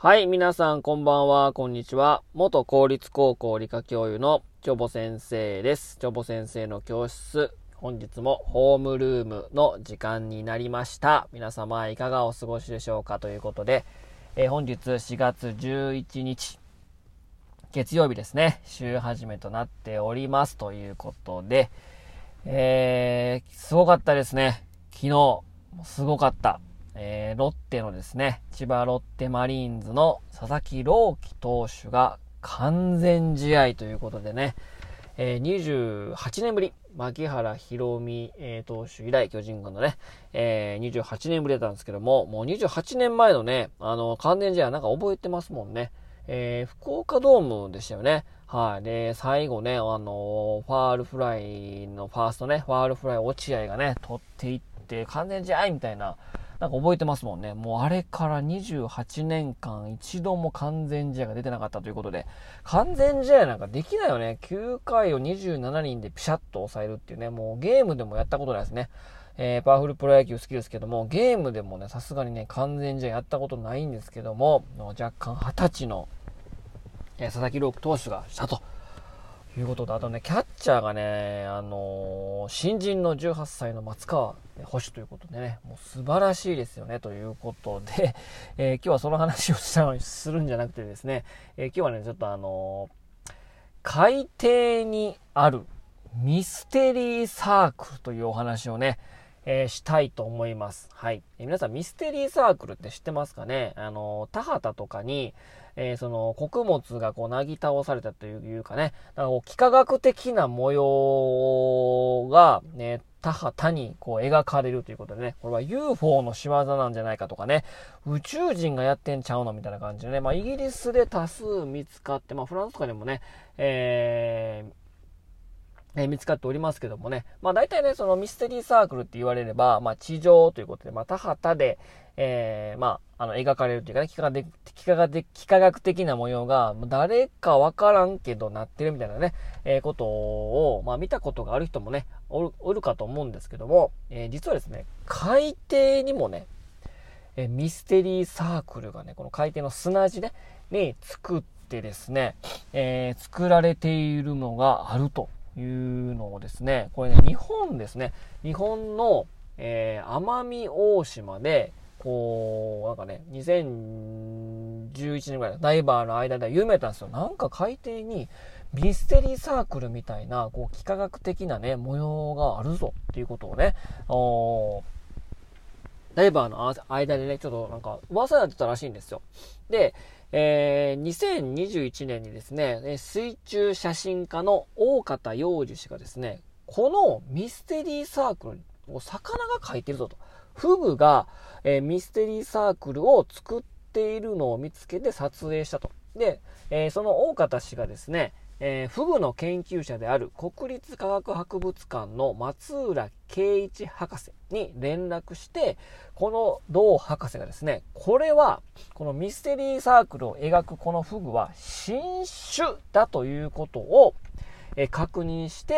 はい、皆さんこんばんは、こんにちは。元公立高校理科教諭のチョボ先生です。チョボ先生の教室、本日もホームルームの時間になりました。皆様いかがお過ごしでしょうかということで、本日4月11日、月曜日ですね、週始めとなっておりますということで、すごかったですね。昨日、すごかった。ロッテのですね、千葉ロッテマリーンズの佐々木朗希投手が完全試合ということでね、28年ぶり、牧原宏美、投手以来、巨人軍のね、28年ぶりだったんですけども、もう28年前のね、完全試合なんか覚えてますもんね。福岡ドームでしたよね。はい。で、最後ね、ファールフライのファーストね、ファールフライ落合がね、取っていって、完全試合みたいな、なんか覚えてますもんね。もうあれから28年間一度も完全試合が出てなかったということで、完全試合なんかできないよね。9回を27人でピシャッと抑えるっていうね、もうゲームでもやったことないですね。パワフルプロ野球好きですけども、ゲームでもね、さすがにね、完全試合やったことないんですけども、若干20歳の、佐々木朗希投手がしたということで、あとね、キャッチャーがね、新人の18歳の松川捕手ということでね、もう素晴らしいですよね、ということで、今日はその話をするんじゃなくてですね、今日はね、ちょっと海底にあるミステリーサークルというお話をね、したいと思います。はい。皆さんミステリーサークルって知ってますかね？田畑とかに、その穀物がこうなぎ倒されたというかね、だから幾何学的な模様が、ね、田畑にこう描かれるということでね、これは UFO の仕業なんじゃないかとかね、宇宙人がやってんちゃうのみたいな感じでね、イギリスで多数見つかって、フランスとかでもね、見つかっておりますけどもね。大体ね、そのミステリーサークルって言われれば、地上ということで、田畑で、描かれるというかね、幾何学的な模様が、誰かわからんけどなってるみたいなね、ことを、見たことがある人もね、おるかと思うんですけども、実はですね、海底にもね、ミステリーサークルがね、この海底の砂地ね、に作ってですね、作られているのがあるというのをですね、これね、日本ですね。日本の、奄美大島で、こう、なんかね、2011年ぐらい、ダイバーの間では有名だったんですよ。なんか海底にミステリーサークルみたいな、幾何学的なね、模様があるぞっていうことをね、ダイバーの間でね、ちょっとなんか噂になってたらしいんですよ。で、2021年にですね、水中写真家の大方洋二氏がですね、このミステリーサークルを魚が描いてるぞと。フグが、ミステリーサークルを作っているのを見つけて撮影したと。で、その大方氏がですね、フグの研究者である国立科学博物館の松浦圭一博士に連絡して、この同博士がですね、これはこのミステリーサークルを描くこのフグは新種だということを確認して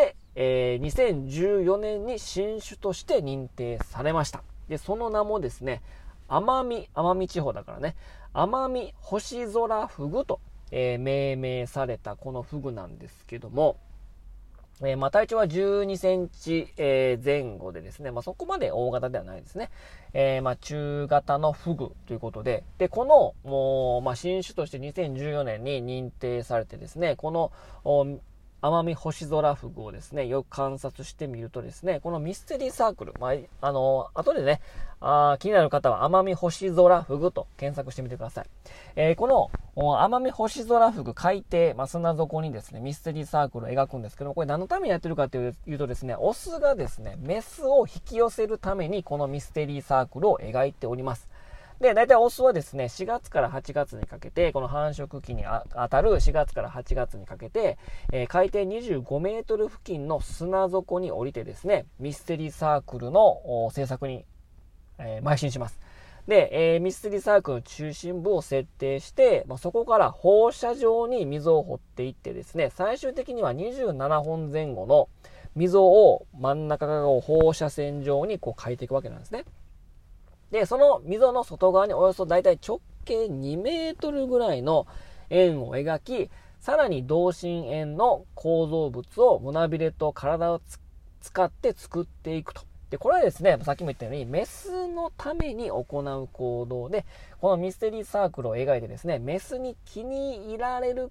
、2014年に新種として認定されました。で、その名もですね、奄美地方だからね、奄美星空フグと命名されたこのフグなんですけども、体長は12センチ、前後でですね、そこまで大型ではないですね。中型のフグということで、で、この、もう、新種として2014年に認定されてですね、この、奄美星空フグをですね、よく観察してみるとですね、このミステリーサークル、後でね、気になる方は奄美星空フグと検索してみてください。この奄美星空フグ海底、砂底にですね、ミステリーサークルを描くんですけど、これ何のためにやってるかというとですね、オスがですね、メスを引き寄せるためにこのミステリーサークルを描いております。で、大体オスはですね、4月から8月にかけて、この繁殖期に当たる4月から8月にかけて、海底25メートル付近の砂底に降りてですね、ミステリーサークルの制作に、邁進します。で、ミステリーサークルの中心部を設定して、そこから放射状に溝を掘っていってですね、最終的には27本前後の溝を真ん中側を放射線状にこう描いていくわけなんですね。で、その溝の外側におよそだいたい直径2メートルぐらいの円を描き、さらに同心円の構造物を胸びれと体を使って作っていくと。で、これはですね、さっきも言ったように、メスのために行う行動で、このミステリーサークルを描いてですね、メスに気に入られ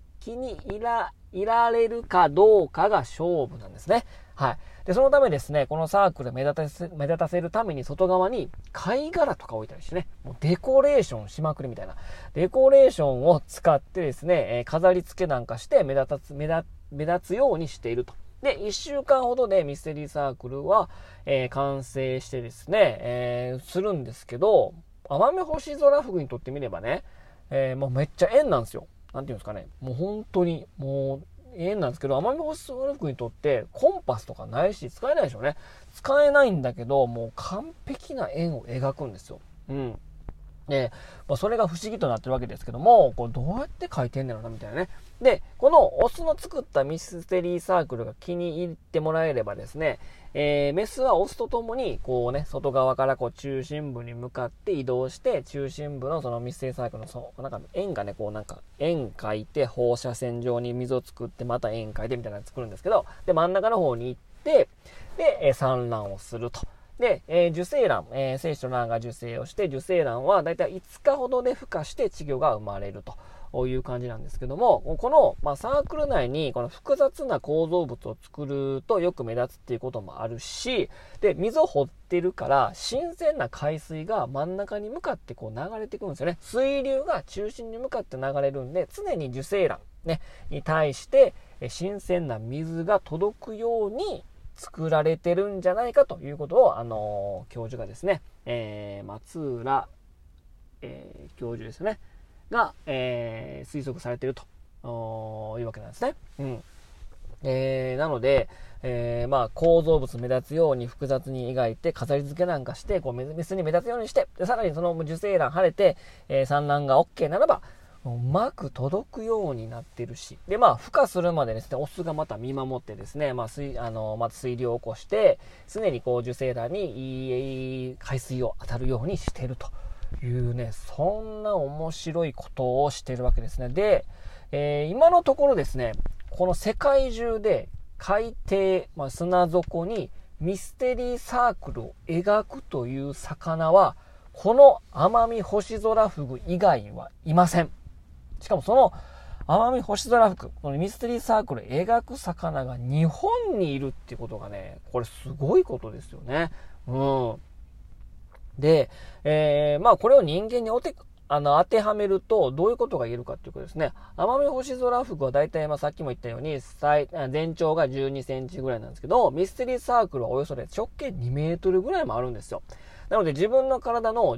るかどうかが勝負なんですね。はい。で、そのためですね、このサークルを目立たせるために外側に貝殻とか置いたりしてね、もうデコレーションしまくりみたいな。デコレーションを使ってですね、飾り付けなんかして目立つようにしていると。で、1週間ほどでミステリーサークルは、完成してですね、するんですけど、アマミホシゾラフグにとってみればね、もうめっちゃ円なんですよ。なんていうんですかね。もう本当に、もう円なんですけど、アマミホシゾラフグにとってコンパスとかないし、使えないでしょうね。使えないんだけど、もう完璧な円を描くんですよ。うん。で、それが不思議となってるわけですけども、これどうやって書いてんねやろなみたいなね。で、このオスの作ったミステリーサークルが気に入ってもらえればですね、メスはオスとともに、こうね、外側からこう中心部に向かって移動して、中心部のそのミステリーサークルのなんか円がね、こうなんか円描いて放射線状に溝を作ってまた円描いてみたいなのを作るんですけど、で、真ん中の方に行って、で、産卵をすると。で、受精卵、精子と卵が受精をして、受精卵はだいたい5日ほどで孵化して稚魚が生まれるという感じなんですけども、この、サークル内にこの複雑な構造物を作るとよく目立つっていうこともあるし、で、溝を掘ってるから新鮮な海水が真ん中に向かってこう流れてくるんですよね。水流が中心に向かって流れるんで、常に受精卵、ね、に対して新鮮な水が届くように作られてるんじゃないかということを、教授がですね、松浦、教授ですね、が、推測されているというわけなんですね。うん。なので、構造物目立つように複雑に描いて飾り付けなんかして、こうメスに目立つようにして、でさらにその受精卵晴れて、産卵が OK ならば、うまく届くようになってるし。で、孵化するまでですね、オスがまた見守ってですね、まず水流を起こして、常にこう受精卵にいい海水を当たるようにしてるというね、そんな面白いことをしてるわけですね。で、今のところですね、この世界中で海底、砂底にミステリーサークルを描くという魚は、このアマミホシゾラフグ以外はいません。しかもそのアマミホシゾラフグ、このミステリーサークルを描く魚が日本にいるっていうことがね、これすごいことですよね。うん。で、これを人間に当てはめるとどういうことが言えるかっていうことですね。アマミホシゾラフグはだいたいさっきも言ったように全長が12センチぐらいなんですけど、ミステリーサークルはおよそで直径2メートルぐらいもあるんですよ。なので自分の体の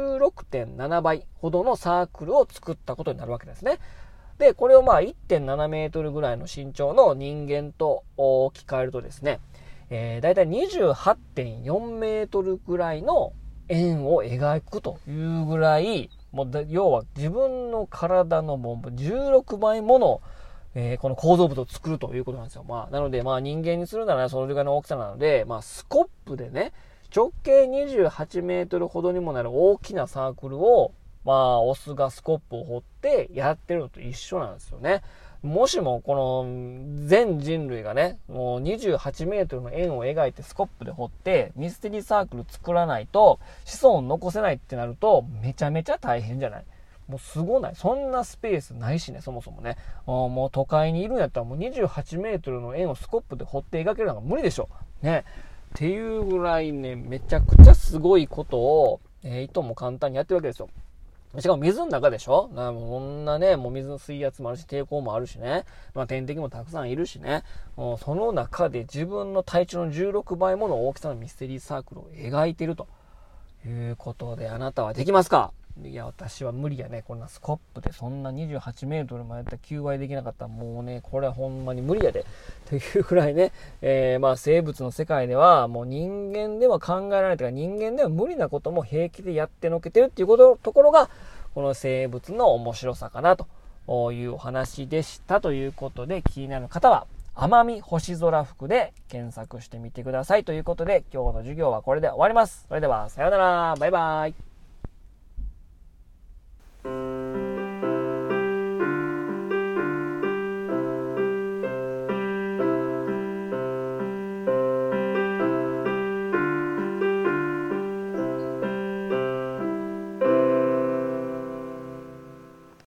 16.7 倍ほどのサークルを作ったことになるわけですね。で、これを1.7 メートルぐらいの身長の人間と置き換えるとですね、だいたい 28.4 メートルぐらいの円を描くというぐらい、要は自分の体のもう16倍もの、この構造物を作るということなんですよ。なので、人間にするならそれぐらいの大きさなので、スコップでね、直径28メートルほどにもなる大きなサークルを、オスがスコップを掘ってやってるのと一緒なんですよね。もしもこの全人類がね、もう28メートルの円を描いてスコップで掘ってミステリーサークル作らないと子孫を残せないってなるとめちゃめちゃ大変じゃない？もうすごない。そんなスペースないしね、そもそもね。もう都会にいるんやったらもう28メートルの円をスコップで掘って描けるのが無理でしょ。ね。っていうぐらいね、めちゃくちゃすごいことを、いとも簡単にやってるわけですよ。しかも水の中でしょ。こんなね、もう水の水圧もあるし、抵抗もあるしね。天敵もたくさんいるしね。その中で自分の体長の16倍もの大きさのミステリーサークルを描いているということで、あなたはできますか？いや、私は無理やね。こんなスコップでそんな28メートルまでやったら9倍できなかったらもうね、これはほんまに無理やで。というくらいね、生物の世界ではもう人間では考えられてか人間では無理なことも平気でやってのけてるっていうところが、この生物の面白さかなというお話でしたということで、気になる方は、アマミホシゾラフグで検索してみてくださいということで、今日の授業はこれで終わります。それでは、さようなら。バイバイ。